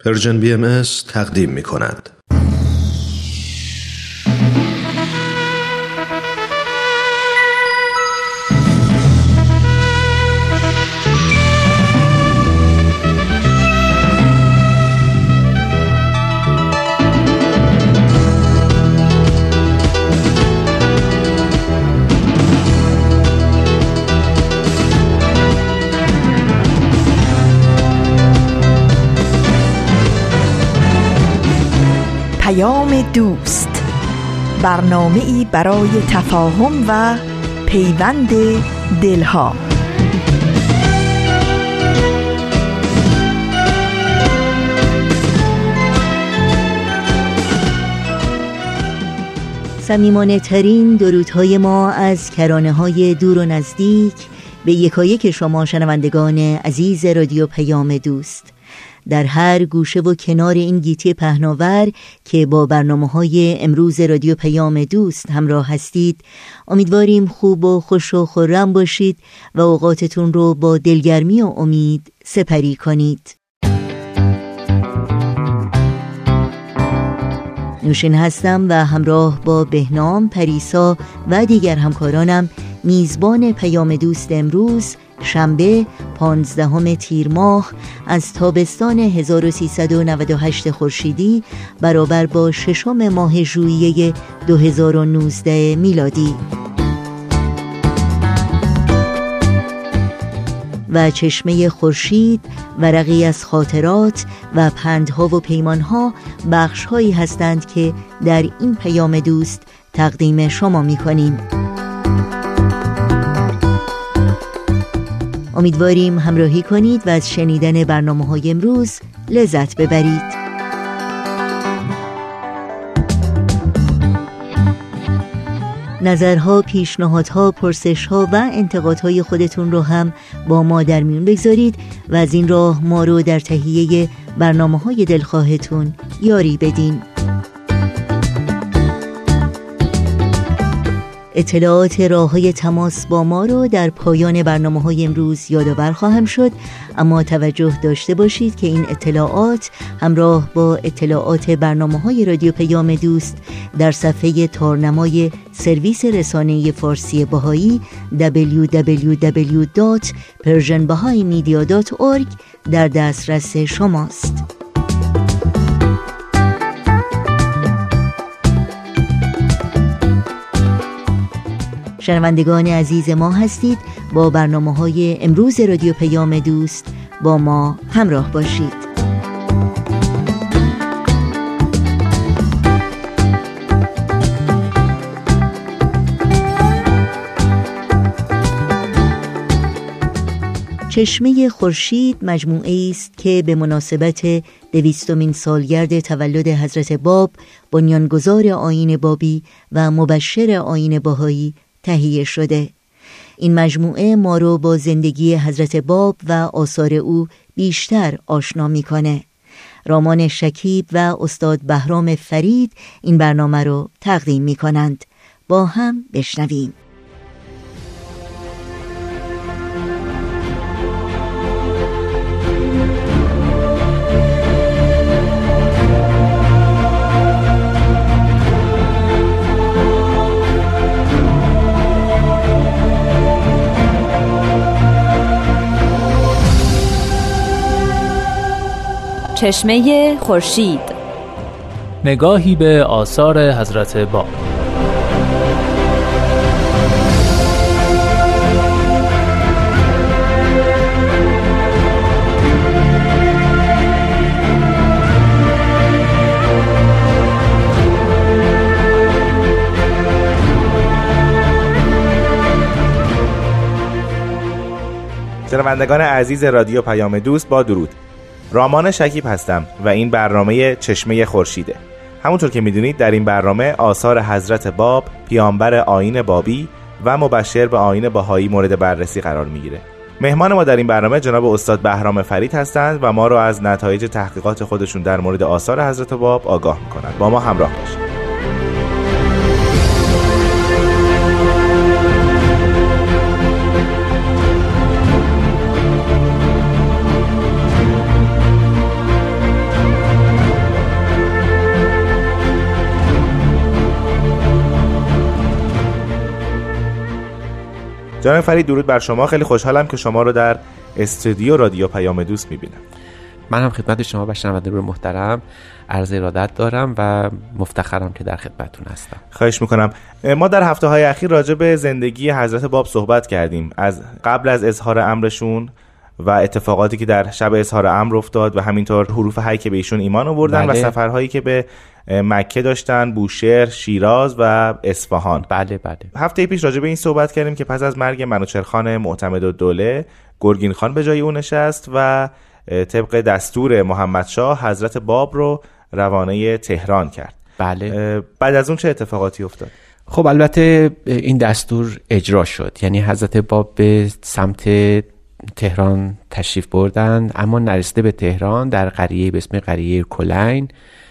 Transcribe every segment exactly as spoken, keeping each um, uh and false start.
پرژن بی ام اس تقدیم می کند. دوست، برنامه‌ای برای تفاهم و پیوند دلها. صمیمانه ترین درودهای ما از کرانه‌های دور و نزدیک به یکایک شما شنوندگان عزیز رادیو پیام دوست در هر گوشه و کنار این گیتی پهناور که با برنامه‌های امروز رادیو پیام دوست همراه هستید. امیدواریم خوب و خوش و خرم باشید و اوقاتتون رو با دلگرمی و امید سپری کنید. نوشین هستم و همراه با بهنام، پریسا و دیگر همکارانم میزبان پیام دوست امروز شنبه پانزدهم تیر ماه از تابستان هزار و سیصد و نود و هشت خورشیدی برابر با ششم ماه ژوئیه دو هزار و نوزده میلادی و چشمه خورشید ورقی از خاطرات و پندها و پیمانها بخش‌هایی هستند که در این پیام دوست تقدیم شما می‌کنیم. امیدواریم همراهی کنید و از شنیدن برنامه‌های امروز لذت ببرید. نظرها، پیشنهادها، پرسشها و انتقادهای خودتون رو هم با ما در میون بگذارید و از این راه ما رو در تهیه برنامه‌های دلخواهتون یاری بدین. اطلاعات راه‌های تماس با ما رو در پایان برنامه‌های امروز یادآور خواهم شد، اما توجه داشته باشید که این اطلاعات همراه با اطلاعات برنامه‌های رادیو پیام دوست در صفحه تارنمای سرویس رسانه فارسی بهایی دبلیو دبلیو دبلیو دات پرژن بهایی مدیا دات اورگ در دسترس شماست. شنوندگان عزیز ما هستید، با برنامه‌های امروز رادیو پیام دوست با ما همراه باشید. چشمه خورشید مجموعه‌ای است که به مناسبت دویستمین سالگرد تولد حضرت باب، بنیانگذار آیین بابی و مبشر آیین بهایی تهیه شده. این مجموعه ما رو با زندگی حضرت باب و آثار او بیشتر آشنا میکنه. رامان شکیب و استاد بهرام فرید این برنامه رو تقدیم میکنند. با هم بشنویم. چشمه خورشید، نگاهی به آثار حضرت باب. شنوندگان عزیز رادیو پیام دوست، با درود. رامان شکیب هستم و این برنامه چشمه خورشیده. همونطور که میدونید در این برنامه آثار حضرت باب، پیامبر آیین بابی و مبشر به آیین بهایی مورد بررسی قرار میگیره. مهمان ما در این برنامه جناب استاد بهرام فرید هستند و ما رو از نتایج تحقیقات خودشون در مورد آثار حضرت باب آگاه میکنند. با ما همراه باشید. جناب فرید درود بر شما. خیلی خوشحالم که شما رو در استودیو رادیو پیام دوست میبینم. من هم خدمت شما و شنوندگان محترم عرض ارادت دارم و مفتخرم که در خدمتتون هستم. خواهش میکنم. ما در هفته های اخیر راجع به زندگی حضرت باب صحبت کردیم، از قبل از اظهار امرشون و اتفاقاتی که در شب اظهار امر افتاد و همینطور حروف حی که به ایشون ایمان آوردن. بله. و سفرهایی که به مکه داشتن، بوشهر، شیراز و اصفهان. بله بله. هفته پیش راجع به این صحبت کردیم که پس از مرگ منوچهرخان معتمدالدوله گرگین خان به جای او نشست و طبق دستور محمد شاه حضرت باب رو روانه تهران کرد. بله. بعد از اون چه اتفاقاتی افتاد؟ خب البته این دستور اجرا شد، یعنی حضرت باب به سمت تهران تشریف بردن، اما نرسیده به تهران در قریه به اسم قریه کلین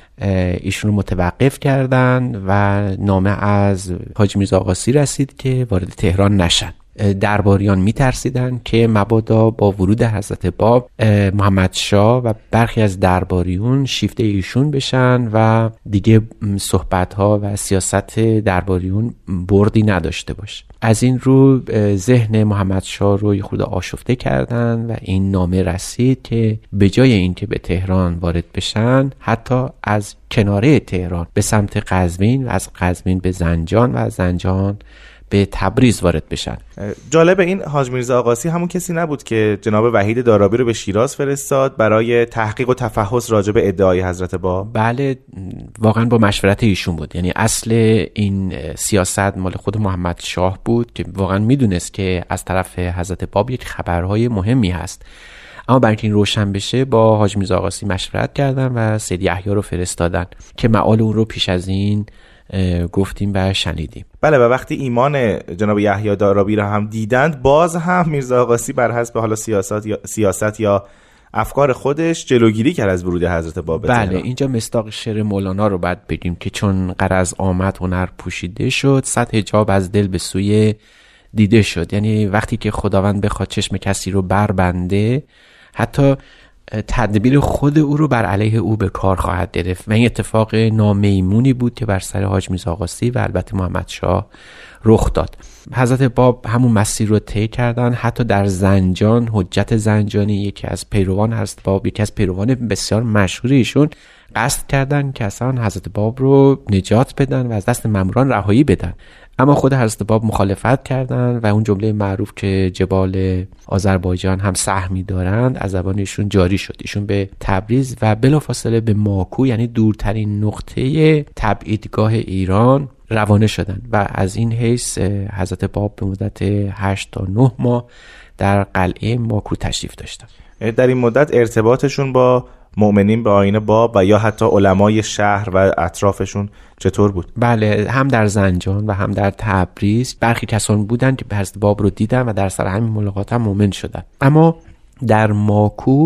ایشون رو متوقف کردن و نامه از حاجی میرزا آقاسی رسید که وارد تهران نشن. درباریان میترسیدن که مبادا با ورود حضرت باب محمد شاه و برخی از درباریون شیفته ایشون بشن و دیگه صحبت ها و سیاست درباریون بردی نداشته باشه. از این رو ذهن محمد شاه رو خود آشفته کردن و این نامه رسید که به جای اینکه به تهران وارد بشن، حتی از کناره تهران به سمت قزوین و از قزوین به زنجان و از زنجان به تبریز وارد بشن. جالب، این حاج میرزا آقاسی همون کسی نبود که جناب وحید دارابی رو به شیراز فرستاد برای تحقیق و تفحص راجع به ادعای حضرت باب؟ بله، واقعا با مشورت ایشون بود. یعنی اصل این سیاست مال خود محمد شاه بود که واقعا میدونست که از طرف حضرت باب یک خبرهای مهمی هست، اما برای اینکه این روشن بشه با حاج میرزا آقاسی مشورت کردن و سید یحیی رو فرستادن که معال اون رو پیش از این گفتیم و شنیدیم. بله، و وقتی ایمان جناب یحیی دارابی را هم دیدند، باز هم میرزا آقاسی بر حسب حالا سیاست یا سیاست یا افکار خودش جلوگیری کرد از ورود حضرت باب به تهران. بله، اینجا مصداق شعر مولانا رو باید بگیم که چون غرض آمد هنر پوشیده شد، صد حجاب از دل به سوی دیده شد. یعنی وقتی که خداوند بخواد چشم کسی رو بربنده، حتی تدبیر خود او رو بر علیه او به کار خواهد گرفت. و این اتفاق نامیمونی بود که بر سر حاج میرزا آقاسی و البته محمد شاه رخ داد. حضرت باب همون مسیر رو طی کردن. حتی در زنجان حجت زنجانی، یکی از پیروان حضرت باب، یکی از پیروان بسیار مشهور ایشون، قصد کردن که اصلا حضرت باب رو نجات بدن و از دست ماموران رهایی بدن، اما خود حضرت باب مخالفت کردن و اون جمله معروف که جبال آذربایجان هم سهمی دارند از زبان ایشون جاری شد. ایشون به تبریز و بلافاصله به ماکو، یعنی دورترین نقطه تبعیدگاه ایران، روانه شدن و از این حیث حضرت باب به مدت هشت تا نه ماه در قلعه ماکو تشریف داشتن. در این مدت ارتباطشون با مؤمنین به آیین باب و یا حتی علمای شهر و اطرافشون چطور بود؟ بله، هم در زنجان و هم در تبریز برخی کسان بودند که حضرت باب رو دیدن و در سر همین ملاقات هم مؤمن شدن. اما در ماکو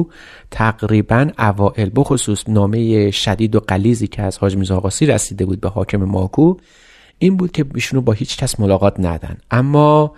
تقریبا اوائل، بخصوص نامه شدید و غلیظی که از حاج میرزا آقاسی رسیده بود به حاکم ماکو، این بود که ایشونو با هیچ کس ملاقات ندن. اما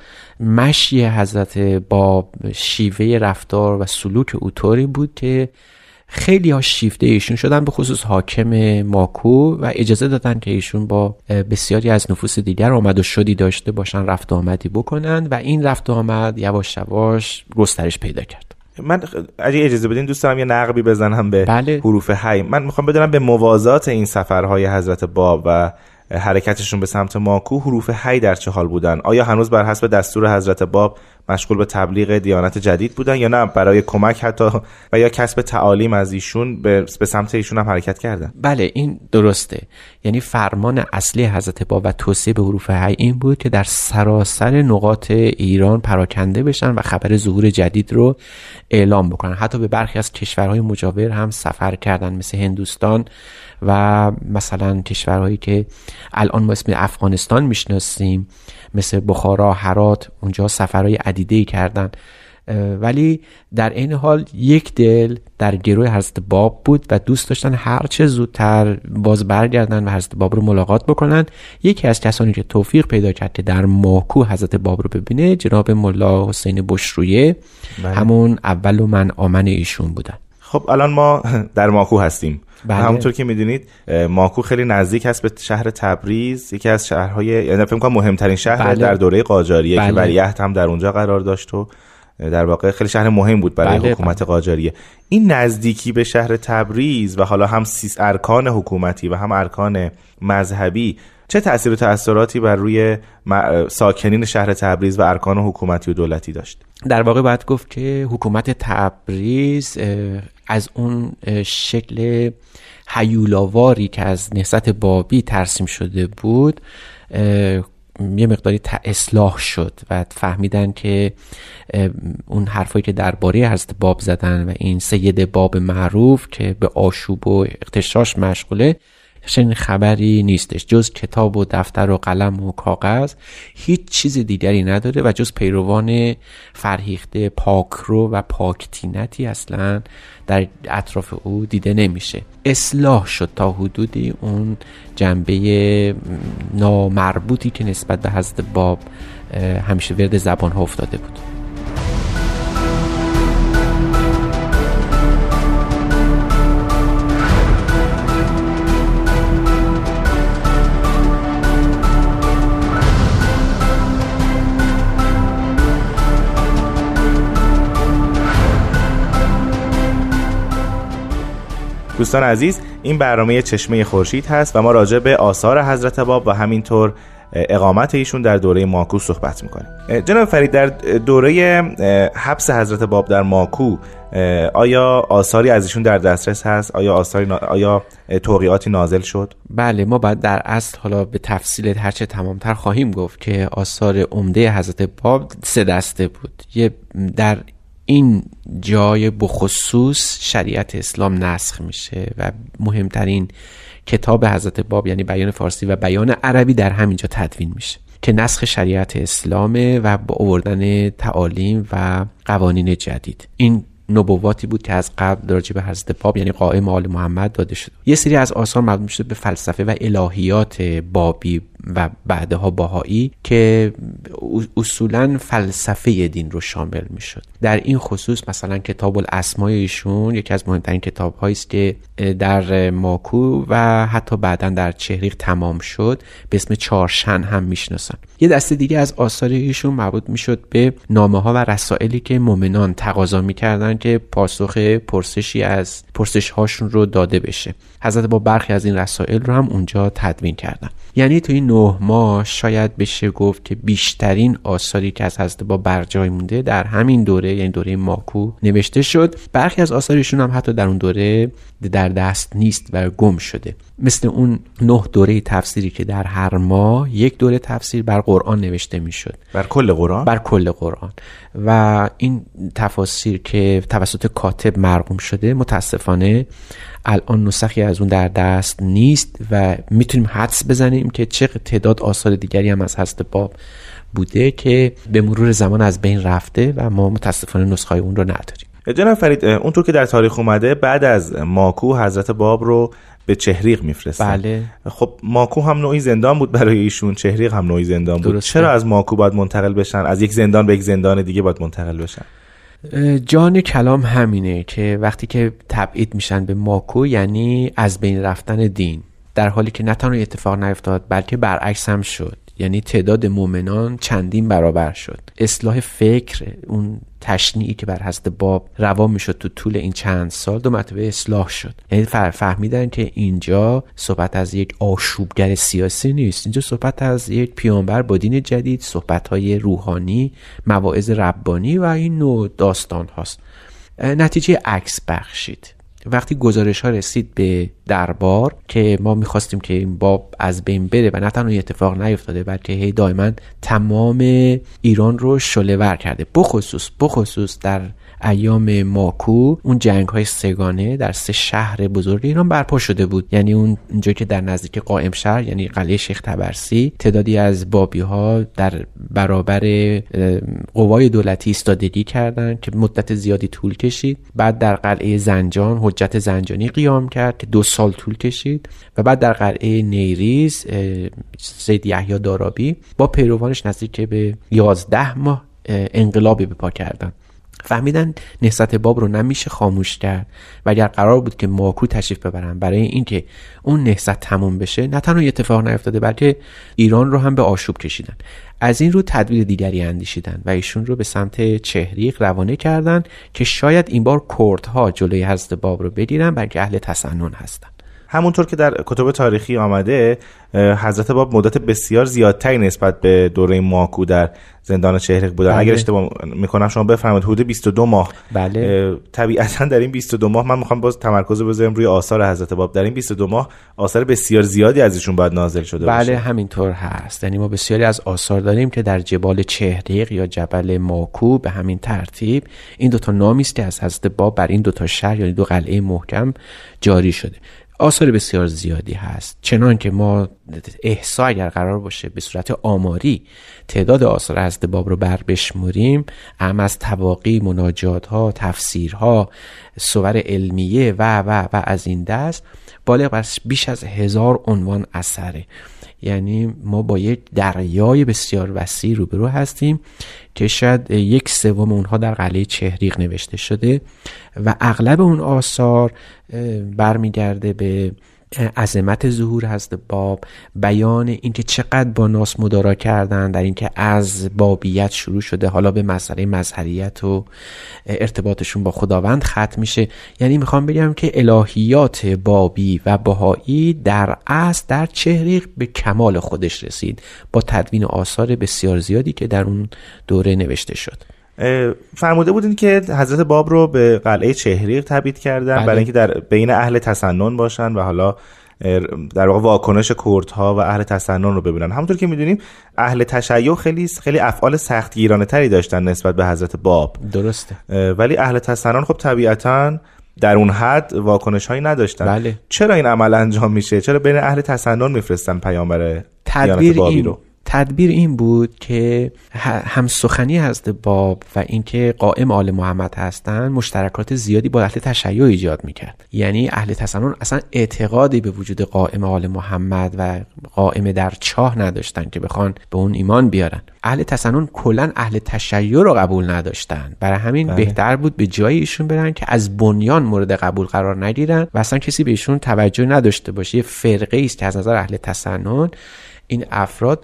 مشی حضرت باب، شیوه رفتار و سلوک او طوری بود که خیلی ها شیفته ایشون شدن، به خصوص حاکم ماکو، و اجازه دادن که ایشون با بسیاری از نفوس دیگر آمد و شدی داشته باشن، رفت و آمدی بکنن و این رفت و آمد یواش یواش گسترش پیدا کرد. من اگه اجازه بدین دوست دارم یه نقبی بزنم به بله. حروف حی. من میخوام بدونم به موازات این سفرهای حضرت باب و حرکتشون به سمت ماکو، حروف حی در چه حال بودن؟ آیا هنوز بر حسب دستور حضرت باب مشغول به تبلیغ دیانت جدید بودن یا نه برای کمک حتی و یا کسب تعالیم از ایشون به سمت ایشون هم حرکت کردن؟ بله، این درسته. یعنی فرمان اصلی حضرت باب و توصیه به حروف حی این بود که در سراسر نقاط ایران پراکنده بشن و خبر ظهور جدید رو اعلام بکنن. حتی به برخی از کشورهای مجاور هم سفر کردن، مثل هندوستان و مثلا کشورهایی که الان ما اسم افغانستان میشناسیم، مثل بخارا، هرات، اونجا سفرهای عدیده‌ای کردن. ولی در این حال یک دل در گروه حضرت باب بود و دوست داشتن هر چه زودتر باز برگردن و حضرت باب رو ملاقات بکنن. یکی از کسانی که توفیق پیدا کرد که در ماکو حضرت باب رو ببینه، جناب ملا حسین بشرویه، همون اول و من آمن ایشون بودن. خب الان ما در ماکو هستیم. بله. همونطور که میدونید ماکو خیلی نزدیک هست به شهر تبریز، یکی از شهرهای، یعنی فکر کنم مهمترین شهر بله. در دوره قاجاریه بله. که ولیعهد هم در اونجا قرار داشت و در واقع خیلی شهر مهم بود برای بله. حکومت قاجاریه. این نزدیکی به شهر تبریز و حالا هم سیس ارکان حکومتی و هم ارکان مذهبی چه تأثیر و تأثیراتی بر روی ساکنین شهر تبریز و ارکان حکومتی و دولتی داشت؟ در واقع باید گفت که حکومت تبریز از اون شکل هیولاواری که از نهضت بابی ترسیم شده بود یه مقداری اصلاح شد و فهمیدن که اون حرفایی که درباره حضرت باب زدن و این سید باب معروف که به آشوب و اغتشاش مشغوله چنین خبری نیستش، جز کتاب و دفتر و قلم و کاغذ هیچ چیز دیگری نداره و جز پیروان فرهیخته پاکرو و پاکتینتی اصلا در اطراف او دیده نمیشه. اصلاح شد تا حدودی اون جنبه نامربوطی که نسبت به حضرت باب همیشه ورد زبان ها افتاده بود. دوستان عزیز، این برنامه چشمه خورشید هست و ما راجع به آثار حضرت باب و همینطور اقامت ایشون در دوره ماکو صحبت میکنیم. جناب فرید، در دوره حبس حضرت باب در ماکو آیا آثاری از ایشون در دسترس هست؟ آیا آثاری نا... آیا توقیعاتی نازل شد؟ بله، ما بعد در اصل حالا به تفصیل هرچه تمامتر خواهیم گفت که آثار عمده حضرت باب سه دسته بود. یه در این جای بخصوص شریعت اسلام نسخ میشه و مهمترین کتاب حضرت باب یعنی بیان فارسی و بیان عربی در همینجا تدوین میشه که نسخ شریعت اسلامه و با آوردن تعالیم و قوانین جدید. این نبوواتی بود که از قبل راجع به حضرت باب یعنی قائم آل محمد داده شد. یه سری از آثار مربوط شده به فلسفه و الهیات بابی و بعدها بهایی که اصولاً فلسفه دین رو شامل می شد. در این خصوص مثلا کتاب الاسماء ایشون یکی از مهمترین کتاب هایی است که در ماکو و حتی بعداً در چهریق تمام شد، به اسم چارشن هم میشناسن. یه دسته دیگه از آثار ایشون مربوط می شد به نامه ها و رسائلی که مؤمنان تقاضا می کردن که پاسخ پرسشی از پرسش هاشون رو داده بشه. حضرت با برخی از این رسائل رو هم اونجا تدوین کردن. یعنی تو این نه ماه شاید بشه گفت که بیشترین آثاری که از حضرت با برجای مونده در همین دوره یعنی دوره ماکو نوشته شد. برخی از آثارشون هم حتی در اون دوره در دست نیست و گم شده، مثل اون نه دوره تفسیری که در هر ماه یک دوره تفسیر بر قرآن نوشته میشد. بر کل قرآن؟ بر کل قرآن. و این تفاسیر که توسط کاتب مرقوم شده متاسفانه الان نسخی از اون در دست نیست و میتونیم حدس بزنیم که چه تعداد آثار دیگری هم از حضرت باب بوده که به مرور زمان از بین رفته و ما متاسفانه نسخه اون رو نداریم. جناب فرید، اونطور که در تاریخ اومده بعد از ماکو حضرت باب رو به چهریق میفرستن. بله. خب ماکو هم نوعی زندان بود برای ایشون، چهریق هم نوعی زندان بود. درسته. چرا از ماکو باید منتقل بشن؟ از یک زندان به یک زندان دیگه باید منتقل بشن؟ جان کلام همینه که وقتی که تبعید میشن به ماکو یعنی از بین رفتن دین، در حالی که نه تنها اتفاق نیفتاد بلکه برعکس هم شد. یعنی تعداد مؤمنان چندین برابر شد. اصلاح فکر، اون تشنیعی که بر حضرت باب روا میشد تو طول این چند سال دو مرتبه اصلاح شد. یعنی فهمیدن که اینجا صحبت از یک آشوبگر سیاسی نیست، اینجا صحبت از یک پیامبر با دین جدید، صحبت‌های روحانی، مواعظ ربانی و این نوع داستان هاست. نتیجه عکس بخشید. وقتی گزارش ها رسید به دربار که ما میخواستیم که این باب از بین بره و نه تنها اتفاق نیفتاده بلکه هی دائما تمام ایران رو شعله‌ور کرده، بخصوص بخصوص در ایام ماکو اون جنگ های سگانه در سه شهر بزرگ ایران برپا شده بود. یعنی اون اونجا که در نزدیک قائم شهر یعنی قلعه شیخ تبرسی تعدادی از بابی ها در برابر قوای دولتی ایستادگی کردند که مدت زیادی طول کشید. بعد در قلعه زنجان حجت زنجانی قیام کرد که دو سال طول کشید و بعد در قلعه نیریز سید یحیی دارابی با پیروانش نزدیک به یازده ماه انقلابی به پا کردند. فهمیدن نهضت باب رو نمیشه خاموش کرد و اگر قرار بود که ماکو تشریف ببرن برای اینکه اون نهضت تموم بشه، نه تنها اتفاق نیفتاده بلکه ایران رو هم به آشوب کشیدن. از این رو تدبیر دیگری اندیشیدن و ایشون رو به سمت چهریق روانه کردن که شاید این بار کردها جلوی حضرت باب رو بگیرن، بلکه اهل تسنن هستن. همونطور که در کتب تاریخی آمده، حضرت باب مدت بسیار زیادتری نسبت به دوره ماکو در زندان چهریق بودن. بله. اگر اشتباه میکنم شما بفرمایید حدود بیست و دو ماه. بله. طبیعتا در این بیست و دو ماه من میخوام باز تمرکز بذارم روی آثار حضرت باب. در این بیست و دو ماه آثار بسیار زیادی از ایشون باید نازل شده بله باشه. بله همینطور هست. یعنی ما بسیاری از آثار داریم که در جبال چهریق یا جبل ماکو به همین ترتیب این دو تا نامی است که از حضرت باب بر این دو تا شهر یعنی دو قلعه محکم جاری شده. آثار بسیار زیادی هست، چنان که ما احصا اگر قرار باشه به صورت آماری تعداد آثار حضرت باب رو بر بشمریم، هم از تواقی، مناجات ها، تفسیر ها، صور علمیه و و و از این دست بالغ بر بیش از هزار عنوان اثره. یعنی ما با یک دریای بسیار وسیع روبرو هستیم که شاید یک سوم اونها در قلعه چهریق نوشته شده و اغلب اون آثار برمیگرده به عظمت ظهور حضرت باب، بیان اینکه چقدر با ناس مدارا کردن، در اینکه از بابیت شروع شده حالا به مسئله مظهریت و ارتباطشون با خداوند ختم میشه. یعنی میخوام بگم که الهیات بابی و بهایی در اصل در چهریق به کمال خودش رسید با تدوین آثار بسیار زیادی که در اون دوره نوشته شد. فرموده بودین که حضرت باب رو به قلعه چهریق تبعید کردن. بله. برای اینکه در بین اهل تسنن باشن و حالا در واقع واکنش کردها و اهل تسنن رو ببینن. همونطور که میدونیم اهل تشیع خیلی خیلی افعال سختگیرانه تری داشتن نسبت به حضرت باب. درسته. ولی اهل تسنن خب طبیعتاً در اون حد واکنش هایی نداشتن. بله. چرا این عمل انجام میشه؟ چرا بین اهل تسنن میفرستن پیامبر تدبیر بابی این رو؟ تدبیر این بود که هم سخنی حضرت باب و اینکه قائم آل محمد هستن مشترکات زیادی با اهل تشیع ایجاد میکرد. یعنی اهل تسنن اصلا اعتقادی به وجود قائم آل محمد و قائم در چاه نداشتن که بخوان به اون ایمان بیارن. اهل تسنن کلا اهل تشیع رو قبول نداشتن، برای همین بله. بهتر بود به جای ایشون برن که از بنیان مورد قبول قرار نگیرن و اصلا کسی به ایشون توجه نداشته باشه. یه فرقه است که از نظر اهل تسنن این افراد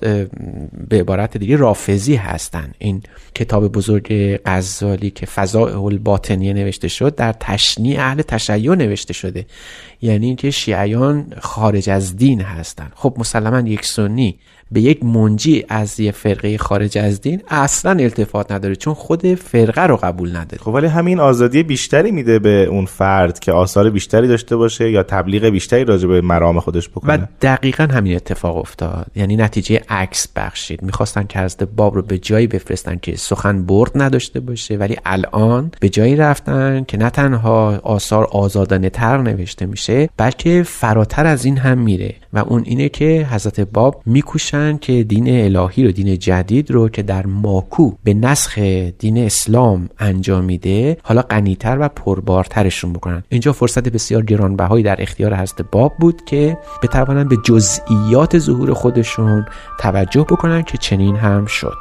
به عبارت دیگه رافضی هستن. این کتاب بزرگ غزالی که فضائح الباطنیه نوشته شد در تشنیع اهل تشیع نوشته شده، یعنی اینکه شیعیان خارج از دین هستن. خب مسلماً یک سنی به یک منجی از یه فرقه خارج از دین اصلا التفات نداره، چون خود فرقه رو قبول نداره. خب ولی همین آزادی بیشتری میده به اون فرد که آثار بیشتری داشته باشه یا تبلیغ بیشتری راجع به مرام خودش بکنه. و دقیقاً همین اتفاق افتاد، یعنی نتیجه عکس بخشید. میخواستن که حضرت باب رو به جایی بفرستن که سخن برد نداشته باشه، ولی الان به جایی رفتن که نه تنها آثار آزادانه تر نوشته میشه بلکه فراتر از این هم میره و اون اینه که حضرت باب میکوشن که دین الهی رو، دین جدید رو که در ماکو به نسخ دین اسلام انجام میده، حالا غنی‌تر و پربارترشون بکنن. اینجا فرصت بسیار گرانبهایی در اختیار حضرت باب بود که بتوانن به جزئیات ظهور خودشون توجه بکنن که چنین هم شد.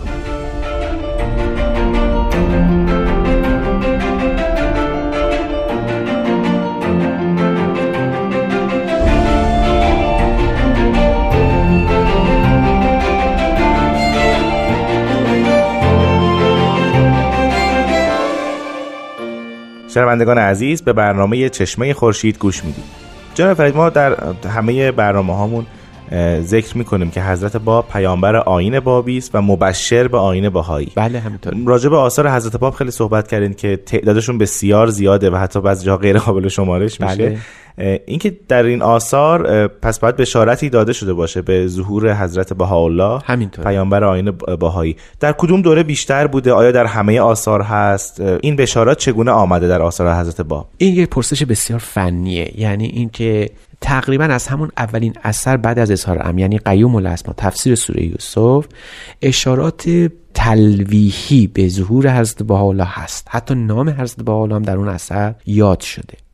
شنوندگان عزیز، به برنامه چشمه خورشید گوش میدید. جناب فرید، ما در همه برنامه هامون ذکر میکنیم که حضرت باب پیامبر آیین بابی است و مبشر به آیین بهایی. بله همینطور. راجع به آثار حضرت باب خیلی صحبت کردین که تعدادشون بسیار زیاده و حتی بعضی جاها غیر قابل شمارش میشه. بله. اینکه در این آثار پس باید بشارتی داده شده باشه به ظهور حضرت بهاءالله، همینطور، پیامبر آیین بهایی. در کدوم دوره بیشتر بوده؟ آیا در همه آثار هست؟ این بشارات چگونه آمده در آثار حضرت باب؟ این یک پرسش بسیار فنیه. یعنی اینکه تقریبا از همون اولین اثر بعد از اظهار امر، یعنی قیوم الاسما، تفسیر سوره یوسف، اشارات تلویحی به ظهور حضرت بهاءالله هست. حتی نام حضرت بهاءالله هم در اون اثر یاد شده.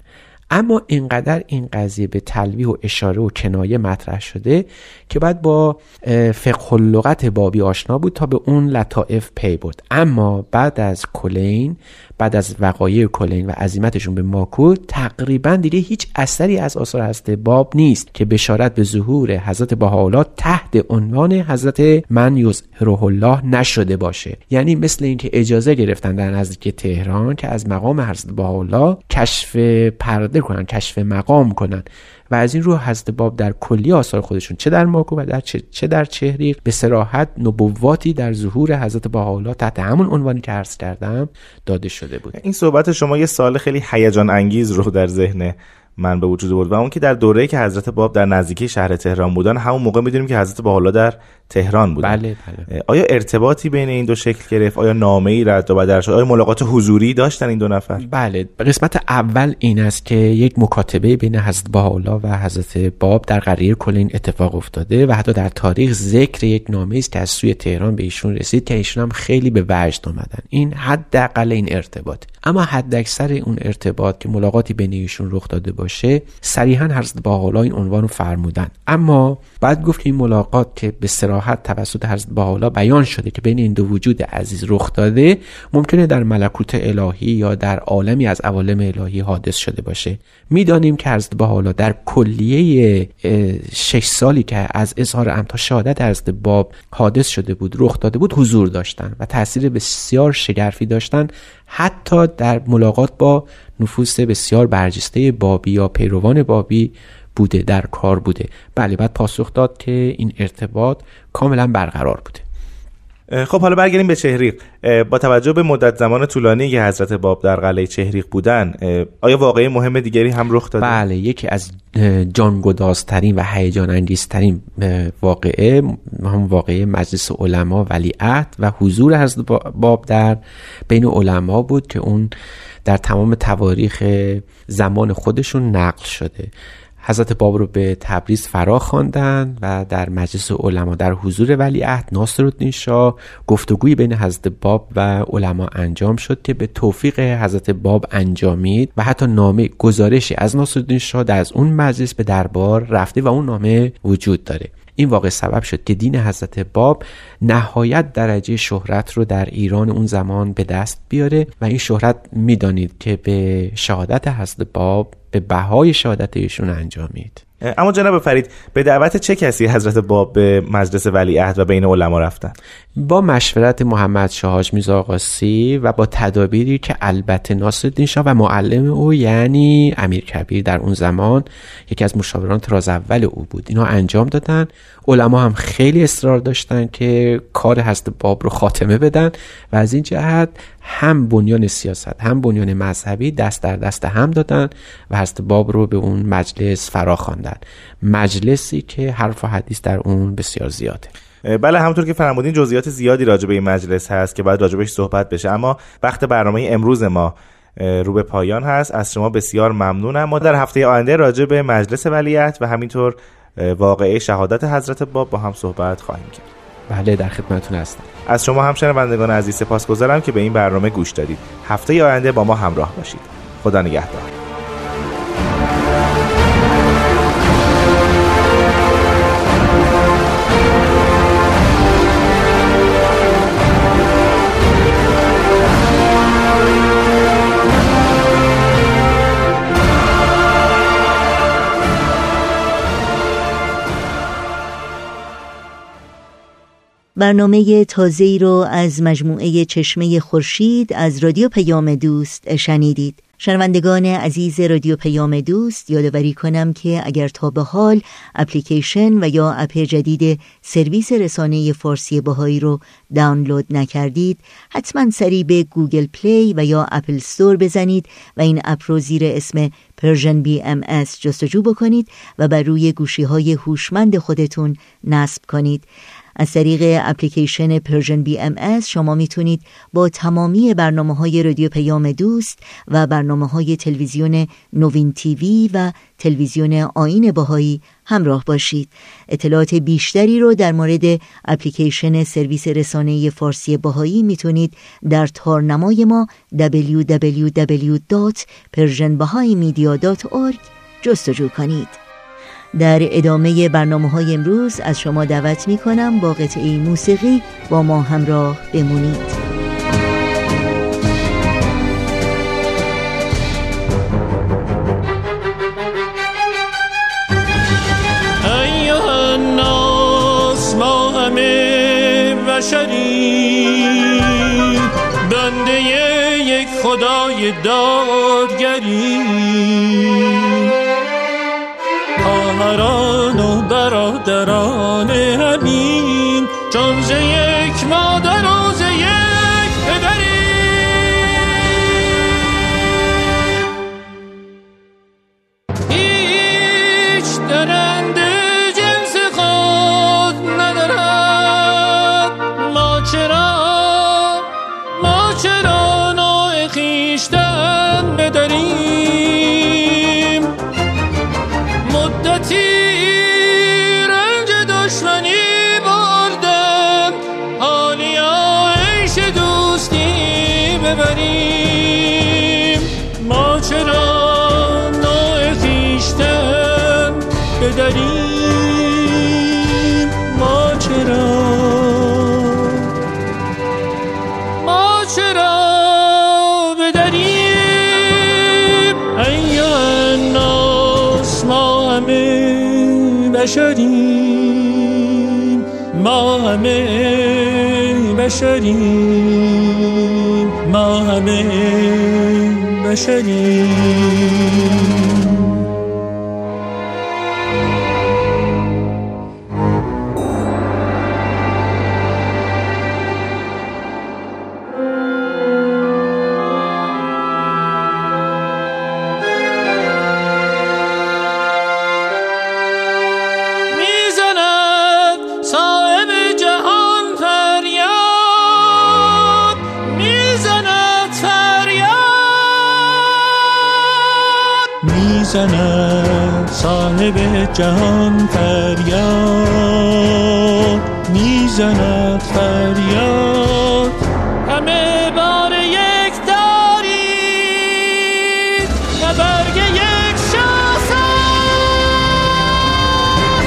اما اینقدر این قضیه به تلویح و اشاره و کنایه مطرح شده که باید با فقه اللغت بابی آشنا بود تا به اون لطائف پی برد. اما بعد از کلین، بعد از وقایع کلین و عزیمتشون به ماکو، تقریبا دیگه هیچ اثری از آثار حضرت باب نیست که بشارت به ظهور حضرت بهاءالله تحت عنوان حضرت من یظهره الله نشده باشه. یعنی مثل اینکه اجازه گرفتن در نزدیکی تهران که از مقام حضرت بهاءالله کشف پرده کنن، کشف مقام کنن و از این رو حضرت باب در کلی آثار خودشون چه در ماکو و در چه, چه در چهریق به صراحت نبوواتی در ظهور حضرت بهاءالله تحت همون عنوانی که عرض کردم داده شده بود. این صحبت شما یه سوال خیلی هیجان انگیز رو در ذهن من به وجود آورد و اون که در دوره‌ای که حضرت باب در نزدیکی شهر تهران بودن، همون موقع می‌دونیم که حضرت بهاءالله در تهران بودن. بله بله. آیا ارتباطی بین این دو شکل گرفت؟ آیا نامه‌ای رد و بدل شد؟ آیا ملاقات حضوری داشتن این دو نفر؟ بله، قسمت اول این است که یک مکاتبه بین حضرت بهاءالله و حضرت باب در قریه کلین اتفاق افتاده و حتی در تاریخ ذکر یک نامه‌ای است که از سوی تهران به ایشون رسید که ایشون هم خیلی به وجد اومدن. این حداقل این ارتباط. اما حداکثر اون ارتباط که ملاقاتی بین ایشون رخ داده باشه، صریحاً حضرت بهاءالله این عنوان رو فرمودن. اما بعد گفت که این ملاقات که به صراحت توسط حضرت بهاءالله بیان شده که بین این دو وجود عزیز رخ داده، ممکنه در ملکوت الهی یا در عالمی از عوالم الهی حادث شده باشه. میدانیم که حضرت بهاءالله در کلیه شش سالی که از اظهار امر شهادت حضرت باب حادث شده بود، رخ داده بود، حضور داشتن و تأثیر بسیار شگرفی داشتن، حتی در ملاقات با نفوس بسیار برجسته بابی یا پیروان بابی بوده، در کار بوده. بله، بعد پاسخ داد که این ارتباط کاملا برقرار بوده. خب حالا برگردیم به چهریق. با توجه به مدت زمان طولانی که حضرت باب در قلعه چهریق بودن، آیا واقعه مهم دیگری هم رخ داده؟ بله، یکی از جانگدازترین و هیجان انگیزترین واقعه هم واقعه مجلس علما ولیعهد و حضور حضرت باب در بین علما بود که اون در تمام تواریخ زمان خودشون نقل شده. حضرت باب رو به تبریز فرا خواندند و در مجلس علما در حضور ولیعهد ناصرالدین شاه گفتگویی بین حضرت باب و علما انجام شد که به توفیق حضرت باب انجامید و حتی نامه گزارشی از ناصرالدین شاه در از اون مجلس به دربار رفته و اون نامه وجود داره. این واقع سبب شد که دین حضرت باب نهایت درجه شهرت رو در ایران اون زمان به دست بیاره و این شهرت میدانید که به شهادت حضرت باب، به بهای شهادت ایشون انجامید. اما جناب فرید، به دعوت چه کسی حضرت باب به مجلس ولیعهد و بین علما رفتن؟ با مشورت محمد شاه حاج میرزا آقاسی و با تدابیری که البته ناصرالدین شاه و معلم او یعنی امیرکبیر در اون زمان یکی از مشاوران طراز اول او بود، اینا انجام دادن. علما هم خیلی اصرار داشتن که کار حضرت باب رو خاتمه بدن و از این جهت هم بنیان سیاست هم بنیان مذهبی دست در دست هم دادن و حضرت باب رو به اون مجلس فرا خواندن. مجلسی که حرف و حدیث در اون بسیار زیاده. بله، همونطور که فرمودین جزئیات زیادی راجع به این مجلس هست که باید راجع بهش صحبت بشه، اما وقت برنامه امروز ما رو به پایان هست. از شما بسیار ممنونم. ما در هفته آینده راجع به مجلس ولیعهد و همینطور واقعه شهادت حضرت باب با هم صحبت خواهیم کرد. بله، در خدمتتون هستم. از شما هم شنوندگان عزیز سپاسگزارم که به این برنامه گوش دادید. هفته آینده با ما همراه باشید. خدا نگهدار. برنامه تازه‌ای رو از مجموعه چشمه خورشید از رادیو پیام دوست شنیدید. شنوندگان عزیز رادیو پیام دوست، یادآوری کنم که اگر تا به حال اپلیکیشن و یا اپ جدید سرویس رسانه فارسی بهایی رو دانلود نکردید، حتما سریع به گوگل پلی و یا اپل استور بزنید و این اپ رو زیر اسم پرژن بی ام اس جستجو بکنید و بر روی گوشی‌های هوشمند خودتون نصب کنید. از طریق اپلیکیشن پرژن بی ام اس شما میتونید با تمامی برنامه‌های رادیو پیام دوست و برنامه‌های تلویزیون نوین تیوی و تلویزیون آیین بهایی همراه باشید. اطلاعات بیشتری رو در مورد اپلیکیشن سرویس رسانه فارسی بهایی میتونید در تارنمای ما دبلیو دبلیو دبلیو دات پرژن بهایی مدیا دات اورگ جستجو کنید. در ادامه برنامه‌های امروز از شما دعوت می‌کنم با قطعه موسیقی با ما همراه بمونید. بنده یک خدای دادگری، خواهران و برادران همین، چون ز یک مادر و ز یک پدری. هیچ درنده جنس خود ندارد، ما چرا ما چرا نوع خویشتن بداریم؟ مدتی رنج دشمنی بردم، حالیا عیش دوستی ببریم. ما چرا نوع خویشتن بداریم؟ ما چرا چرا بداریم؟ ایا الناس ما همه بشریم، ما همه بشریم، ما همه بشریم. میزند صاحب جهان فریاد، میزند فریاد. همه بار یک دارید و برگ یک شاخه.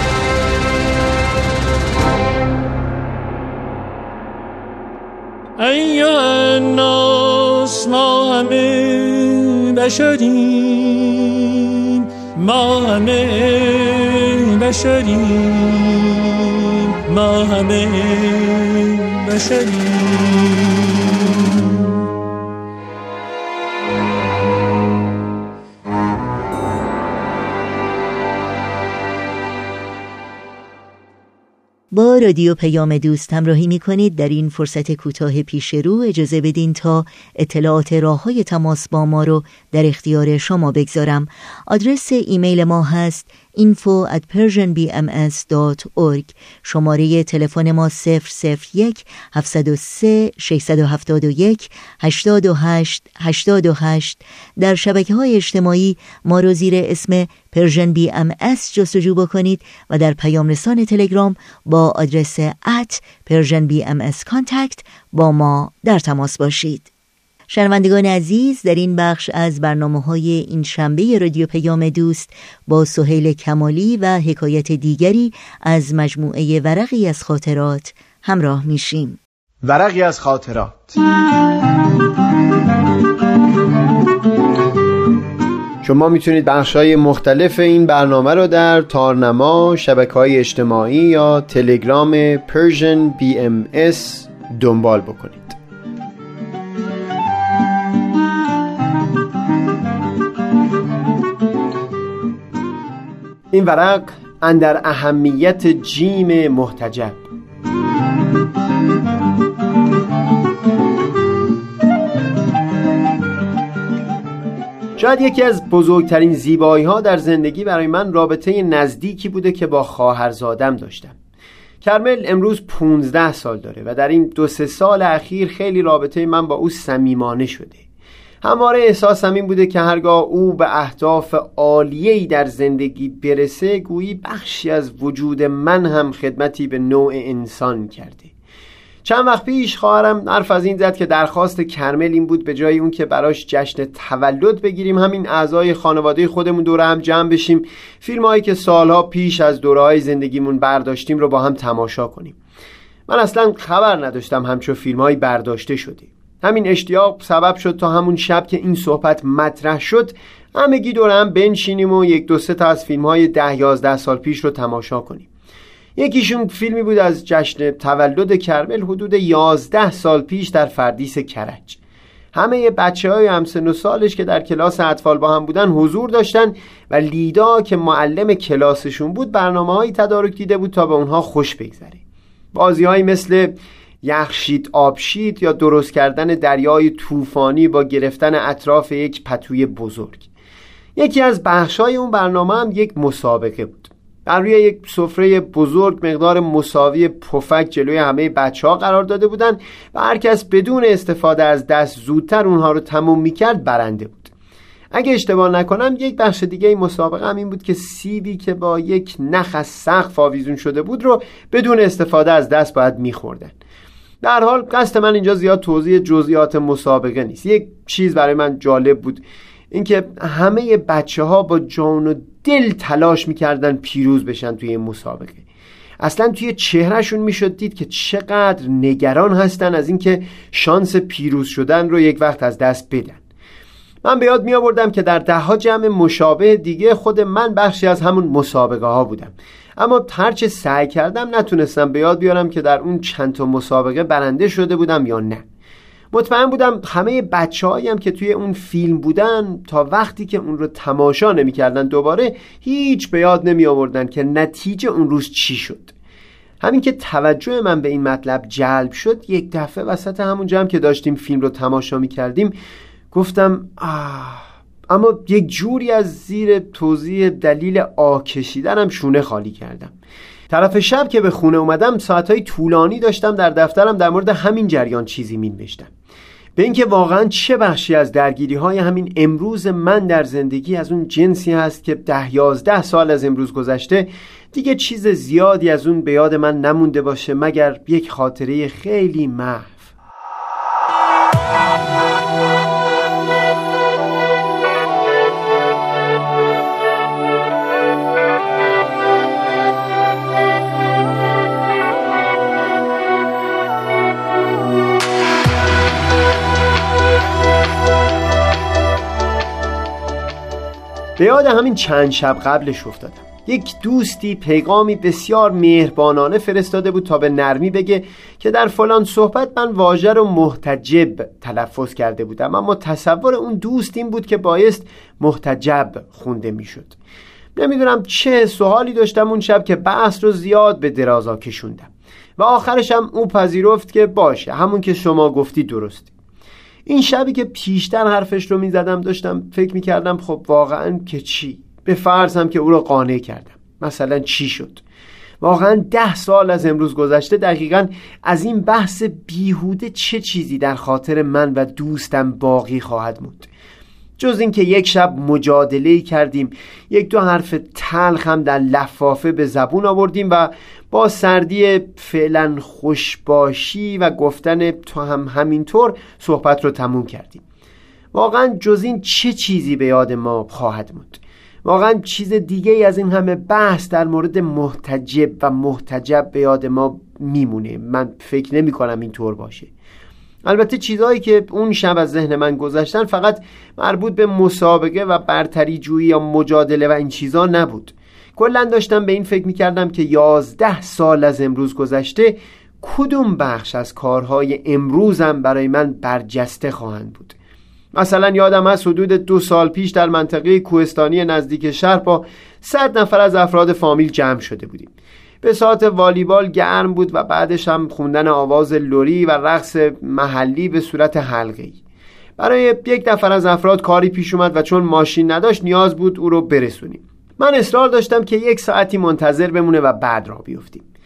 ایا الناس ما همه بشریم، ما همه بشریم، ما همه بشریم. با رادیو پیام دوست همراهی می کنید. در این فرصت کوتاه پیش رو اجازه بدین تا اطلاعات راه‌های تماس با ما رو در اختیار شما بگذارم. آدرس ایمیل ما هست info at persian b m s dot org. شماره تلفن ما صفر صفر یک هفت صفر سه شش هفت یک هشت هشت هشت هشت. در شبکه‌های اجتماعی ما رو زیر اسم پرژن بی ام اس جستجو بکنید و در پیام رسان تلگرام با آدرس ات پرژن بی ام اس کانتکت با ما در تماس باشید. شنوندگان عزیز، در این بخش از برنامه‌های این شنبه رادیو پیام دوست با سهیل کمالی و حکایت دیگری از مجموعه ورقی از خاطرات همراه میشیم. ورقی از خاطرات. شما میتونید بخش‌های مختلف این برنامه رو در تارنما، شبکه‌های اجتماعی یا تلگرام پرژن بی ام اس دنبال بکنید. این ورق اندر اهمیت جیم محتجب. شاید یکی از بزرگترین زیبایی ها در زندگی برای من رابطه نزدیکی بوده که با خواهرزادم داشتم. کرمل امروز پونزده سال داره و در این دو سه سال اخیر خیلی رابطه من با او صمیمانه شده. همواره احساسم این بوده که هرگاه او به اهداف عالیه‌ای در زندگی برسه گویی بخشی از وجود من هم خدمتی به نوع انسان کرده. چند وقت پیش خواهرم حرف از این زد که درخواست کرمل این بود به جای اون که براش جشن تولد بگیریم همین اعضای خانواده خودمون دور هم جمع بشیم، فیلمایی که سالها پیش از دوره‌های زندگیمون برداشتیم رو با هم تماشا کنیم. من اصلا خبر نداشتم همچون فیلمایی برداشته شده. همین اشتیاق سبب شد تا همون شب که این صحبت مطرح شد همگی دور هم بنشینیم و یک دو سه تا از فیلم‌های ده یازده سال پیش رو تماشا کنیم. یکیشون فیلمی بود از جشن تولد کرمل حدود یازده سال پیش در فردیس کرج. همه بچه‌های همسن و سالش که در کلاس اطفال با هم بودن حضور داشتن و لیدا که معلم کلاسشون بود برنامه‌هایی تدارک دیده بود تا به اونها خوش بگذره. بازی‌هایی مثل یخشید آبشید یا درست کردن دریای طوفانی با گرفتن اطراف یک پتوی بزرگ. یکی از بخش‌های اون برنامه هم یک مسابقه بود. بر روی یک سفره بزرگ مقدار مساوی پفک جلوی همه بچه‌ها قرار داده بودن و هر کس بدون استفاده از دست زودتر اونها رو تموم می‌کرد برنده بود. اگه اشتباه نکنم یک بخش دیگه این مسابقه هم این بود که سیبی که با یک نخ از سقف آویزون شده بود رو بدون استفاده از دست باید می‌خوردن. در حال قصد من اینجا زیاد توضیح جزئیات مسابقه نیست. یک چیز برای من جالب بود، اینکه همه بچه‌ها با جان و دل تلاش می‌کردن پیروز بشن توی این مسابقه. اصلا توی چهرهشون میشد دید که چقدر نگران هستن از اینکه شانس پیروز شدن رو یک وقت از دست بدن. من به یاد می آوردم که در ده ها جمع مشابه دیگه خود من بخشی از همون مسابقه ها بودم، اما هرچه سعی کردم نتونستم به یاد بیارم که در اون چند تا مسابقه برنده شده بودم یا نه. مطمئن بودم همه بچه‌هایی هم که توی اون فیلم بودن تا وقتی که اون رو تماشا نمی‌کردن دوباره هیچ به یاد نمی آوردن که نتیجه اون روز چی شد. همین که توجه من به این مطلب جلب شد، یک دفعه وسط همون جمع که داشتیم فیلم رو تماشا می‌کردیم گفتم آه، اما یک جوری از زیر توضیح دلیل آه کشیدنم شونه خالی کردم. طرف شب که به خونه اومدم ساعتهای طولانی داشتم در دفترم در مورد همین جریان چیزی می‌نوشتم، به اینکه واقعا چه بخشی از درگیری‌های همین امروز من در زندگی از اون جنسی هست که ده یازده سال از امروز گذشته دیگه چیز زیادی از اون به یاد من نمونده باشه مگر یک خاطره خیلی محو. به یاد همین چند شب قبلش افتادم. یک دوستی پیغامی بسیار مهربانانه فرستاده بود تا به نرمی بگه که در فلان صحبت من واژه رو محتجب تلفظ کرده بودم، اما تصور اون دوست این بود که بایست محتجب خونده میشد. نمیدونم چه سوالی داشتم اون شب که بحث رو زیاد به درازا کشوندم و آخرش هم او پذیرفت که باشه همون که شما گفتی درسته. این شبی که پیشتر حرفش رو میزدم داشتم فکر میکردم خب واقعا که چی؟ به فرض هم که او رو قانع کردم، مثلا چی شد؟ واقعا ده سال از امروز گذشته دقیقاً از این بحث بیهوده چه چیزی در خاطر من و دوستم باقی خواهد موند؟ جز این که یک شب مجادله‌ای کردیم، یک دو حرف تلخ هم در لفافه به زبون آوردیم و با سردی فعلا خوشباشی و گفتن تو هم همینطور صحبت رو تموم کردیم. واقعا جز این چه چیزی به یاد ما خواهد موند؟ واقعا چیز دیگه ای از این همه بحث در مورد محتجب و محتجب به یاد ما میمونه؟ من فکر نمی کنم اینطور باشه. البته چیزهایی که اون شب از ذهن من گذشتن فقط مربوط به مسابقه و برتری جویی یا مجادله و این چیزا نبود. کلاً داشتم به این فکر میکردم که یازده سال از امروز گذشته کدوم بخش از کارهای امروزم برای من برجسته خواهند بود. مثلا یادم از حدود دو سال پیش در منطقه کوهستانی نزدیک شهر با صد نفر از افراد فامیل جمع شده بودیم. به ساعت والیبال گرم بود و بعدش هم خوندن آواز لری و رقص محلی به صورت حلقه‌ای. برای یک نفر از افراد کاری پیش اومد و چون ماشین نداشت نیاز بود او رو برسونیم. من اصرار داشتم که یک ساعتی منتظر بمونه و بعد راه بیفتیم.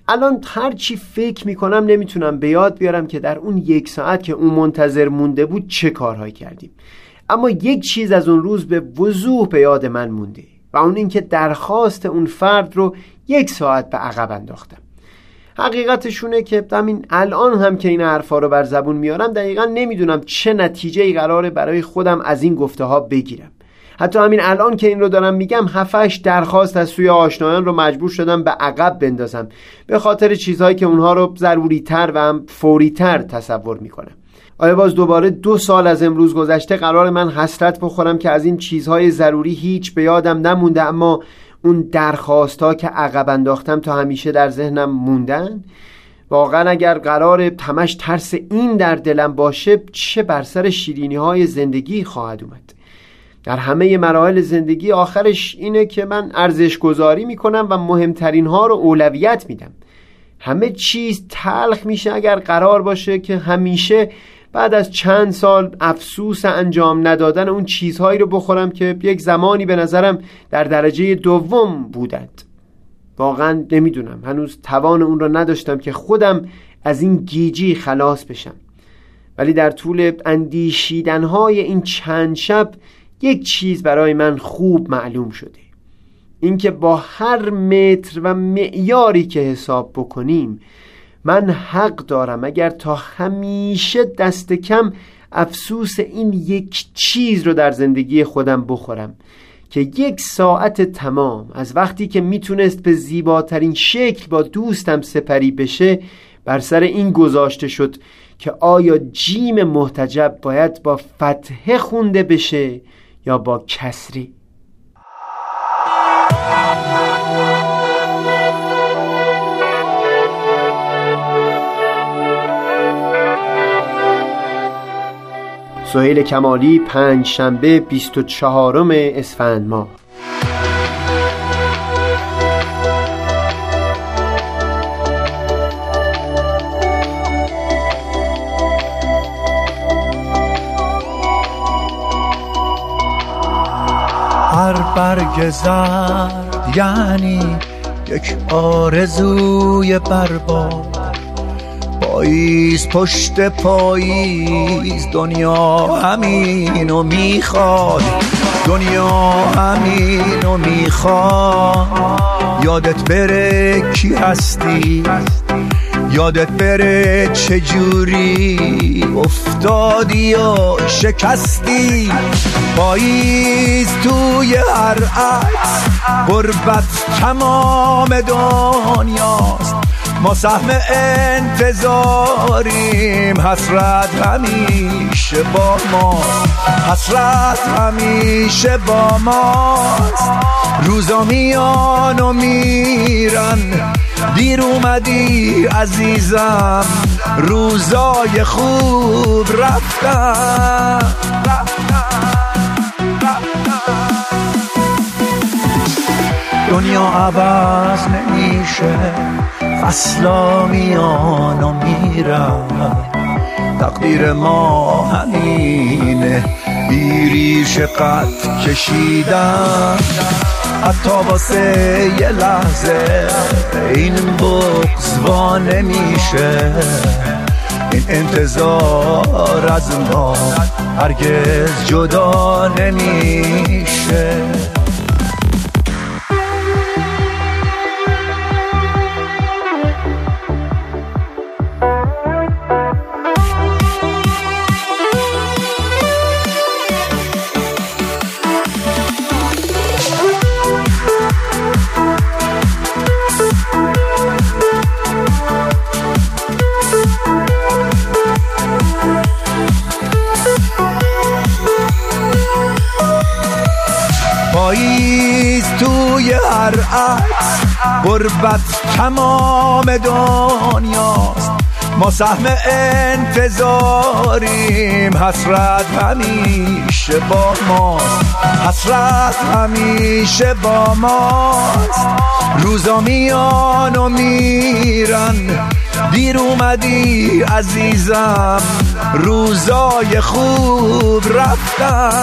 الان هر چی فکر میکنم نمیتونم به یاد بیارم که در اون یک ساعت که اون منتظر مونده بود چه کارهایی کردیم. اما یک چیز از اون روز به وضوح به یاد من مونده و اون این که درخواست اون فرد رو یک ساعت به عقب انداختم. حقیقتشونه که همین الان هم که این حرفا رو بر زبون میارم دقیقا نمیدونم چه نتیجه‌ای قراره برای خودم از این گفته ها بگیرم. حتی همین الان که این رو دارم میگم هفتش درخواست از سوی آشنایان رو مجبور شدم به عقب بندازم به خاطر چیزهایی که اونها رو ضروری تر و هم فوری تر تصور میکنم. آیا باز دوباره دو سال از امروز گذشته قرار من حسرت بخورم که از این چیزهای ضروری هیچ به یادم نمونده، اما اون درخواست‌ها که عقب انداختم تا همیشه در ذهنم موندن؟ واقعا اگر قرار همش ترس این در دلم باشه چه بر سر شیرینی‌های زندگی خواهد اومد؟ در همه مراحل زندگی آخرش اینه که من ارزش گذاری میکنم و مهمترین ها رو اولویت میدم. همه چیز تلخ میشه اگر قرار باشه که همیشه بعد از چند سال افسوس انجام ندادن اون چیزهایی رو بخورم که یک زمانی به نظرم در درجه دوم بودند. واقعا نمیدونم، هنوز توان اون رو نداشتم که خودم از این گیجی خلاص بشم. ولی در طول اندیشیدنهای این چند شب یک چیز برای من خوب معلوم شده، اینکه با هر متر و معیاری که حساب بکنیم من حق دارم اگر تا همیشه دست کم افسوس این یک چیز رو در زندگی خودم بخورم که یک ساعت تمام از وقتی که میتونست به زیباترین شکل با دوستم سپری بشه بر سر این گذاشته شد که آیا جیم محتجب باید با فتحه خونده بشه یا با کسری. سهیل کمالی، پنج شنبه بیست و چهارم اسفند ماه. هر برگ زرد یعنی یک آرزوی برباد، پاییز پشت پاییز دنیا همینو میخواد، دنیا همینو میخواد. یادت بره کی هستی، یادت بره چجوری افتادی و شکستی. پاییز توی هر عکس، غربت تمام دنیاست. ما سهم انتظاریم، حسرت همیشه با ماست، حسرت همیشه با ماست. روزا میان و میرن، دیر اومدی عزیزم، روزای خوب رفتن. دنیا عوض نمیشه، فصلا میان و میرن، تقدیر ما همینه، بیریش قد کشیدن. حتی واسه یه لحظه این بغض وا نمیشه، این انتظار از ما هرگز جدا نمیشه. پاییز توی هر عکس، غربت تمام دنیاست. ما سهم انتظاریم، حسرت همیشه با ماست، حسرت همیشه با ماست. روزا میان و میرن، دیر اومدی عزیزم، روزای خوب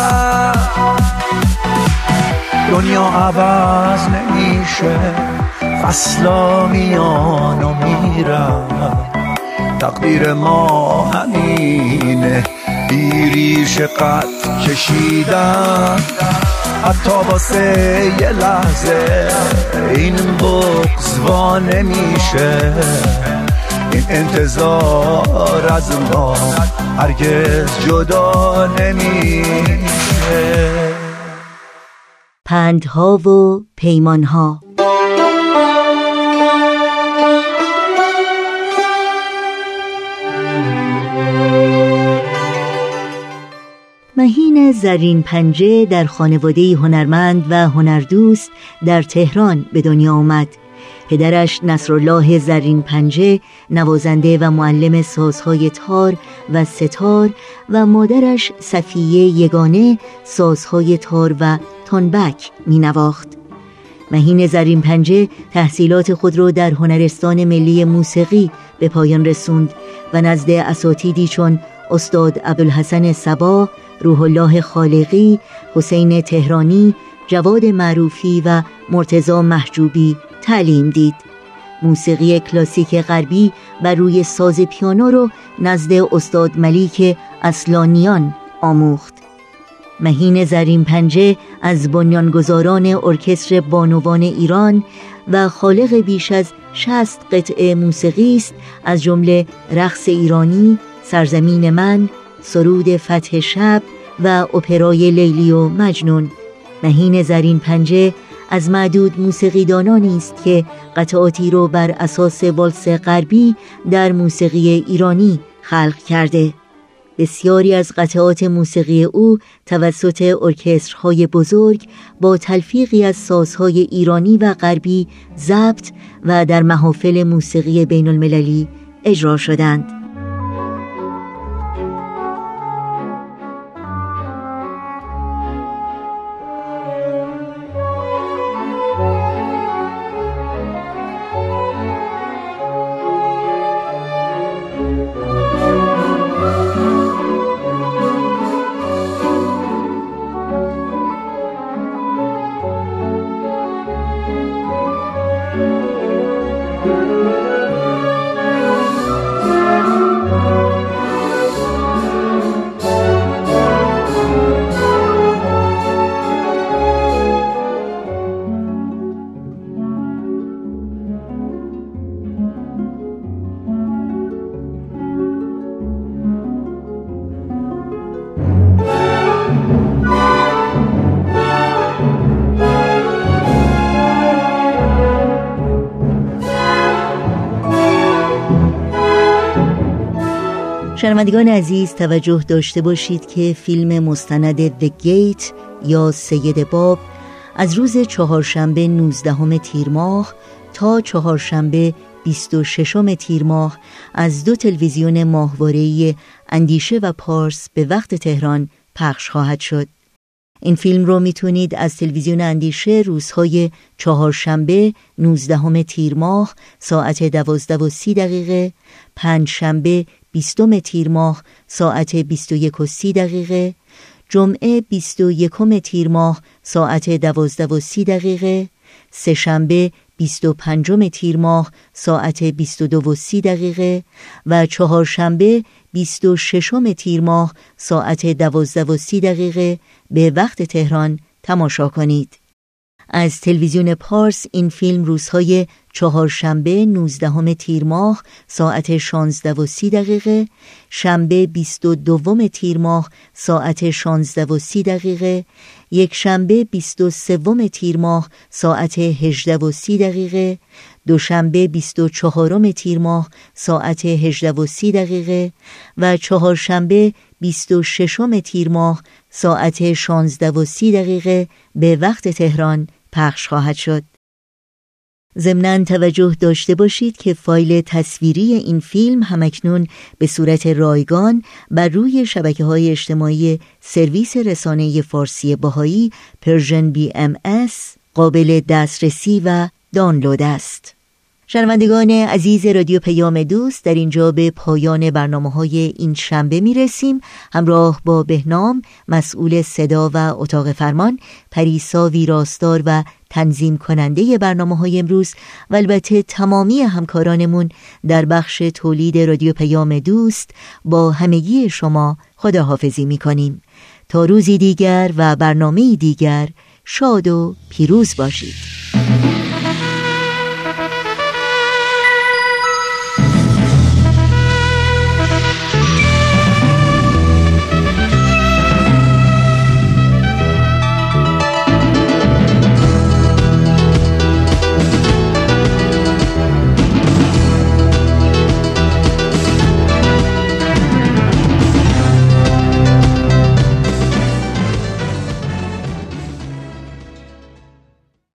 رفتن. دنیا عوض نمیشه، فصلا میان و میرن، تقدیر ما همینه بی ریش قد کشیدن. حتی واسه یه لحظه این بغض وا نمیشه، این انتظار از ما هرگز جدا نمیشه. پندها و پیمانها. مهین زرین پنجه در خانواده هنرمند و هنردوست در تهران به دنیا آمد. پدرش نصرالله زرین پنجه نوازنده و معلم سازهای تار و ستار و مادرش صفیه یگانه سازهای تار و تنبک می نواخت. مهین زرین پنجه تحصیلات خود را در هنرستان ملی موسیقی به پایان رسوند و نزد اساتیدی چون استاد ابوالحسن صبا، روح الله خالقی، حسین تهرانی، جواد معروفی و مرتضی محجوبی تعلیم دید. موسیقی کلاسیک غربی بر روی ساز پیانو رو نزد استاد ملیک اصلانیان آموخت. مهین زرین پنجه از بنیانگذاران ارکستر بانوان ایران و خالق بیش از شصت قطعه موسیقی است، از جمله رقص ایرانی، سرزمین من، سرود فتح شب و اپرای لیلی و مجنون. مهین زرین پنجه از معدود موسیقیدانانی است که قطعاتی را بر اساس والس غربی در موسیقی ایرانی خلق کرده. بسیاری از قطعات موسیقی او توسط ارکسترهای بزرگ با تلفیقی از سازهای ایرانی و غربی ضبط و در محافل موسیقی بین المللی اجرا شدند. شنوندگان عزیز، توجه داشته باشید که فیلم مستند The Gate یا سید باب از روز چهارشنبه نوزدهم تیر ماه تا چهارشنبه بیست و ششم تیر ماه از دو تلویزیون ماهواره‌ای اندیشه و پارس به وقت تهران پخش خواهد شد. این فیلم رو میتونید از تلویزیون اندیشه روزهای چهارشنبه نوزدهم تیر ماه ساعت دوازده و سی دقیقه، پنجشنبه بیستم تیر ماه ساعت بیست و یک و سی دقیقه، جمعه بیست و یکم تیر ماه ساعت دوازده و سی دقیقه، سه‌شنبه بیست و پنجم تیر ماه ساعت بیست و دو و سی دقیقه و چهارشنبه بیست و ششم تیر ماه ساعت دوازده و سی دقیقه به وقت تهران تماشا کنید. از تلویزیون پارس این فیلم روزهای چهارشنبه نوزدهم تیر ماه ساعت شانزده و سی دقیقه، شنبه بیست و دوم تیر ماه ساعت شانزده و سی دقیقه، یک شنبه بیست و سوم تیر ماه ساعت هجده و سی دقیقه، دوشنبه بیست و چهارم تیر ماه ساعت هجده و سی دقیقه و چهارشنبه بیست و ششم تیر ماه ساعت شانزده و سی دقیقه به وقت تهران پخش خواهد شد. ضمناً توجه داشته باشید که فایل تصویری این فیلم همکنون به صورت رایگان بر روی شبکه‌های اجتماعی سرویس رسانه فارسی بهایی پرژن بی ام اس قابل دسترسی و دانلود است. شنوندگان عزیز رادیو پیام دوست، در اینجا به پایان برنامه‌های این شنبه میرسیم. همراه با بهنام مسئول صدا و اتاق فرمان، پریسا ویراستار و تنظیم کننده برنامه‌های امروز و البته تمامی همکارانمون در بخش تولید رادیو پیام دوست، با همگی شما خداحافظی می‌کنیم. تا روزی دیگر و برنامه‌ای دیگر، شاد و پیروز باشید.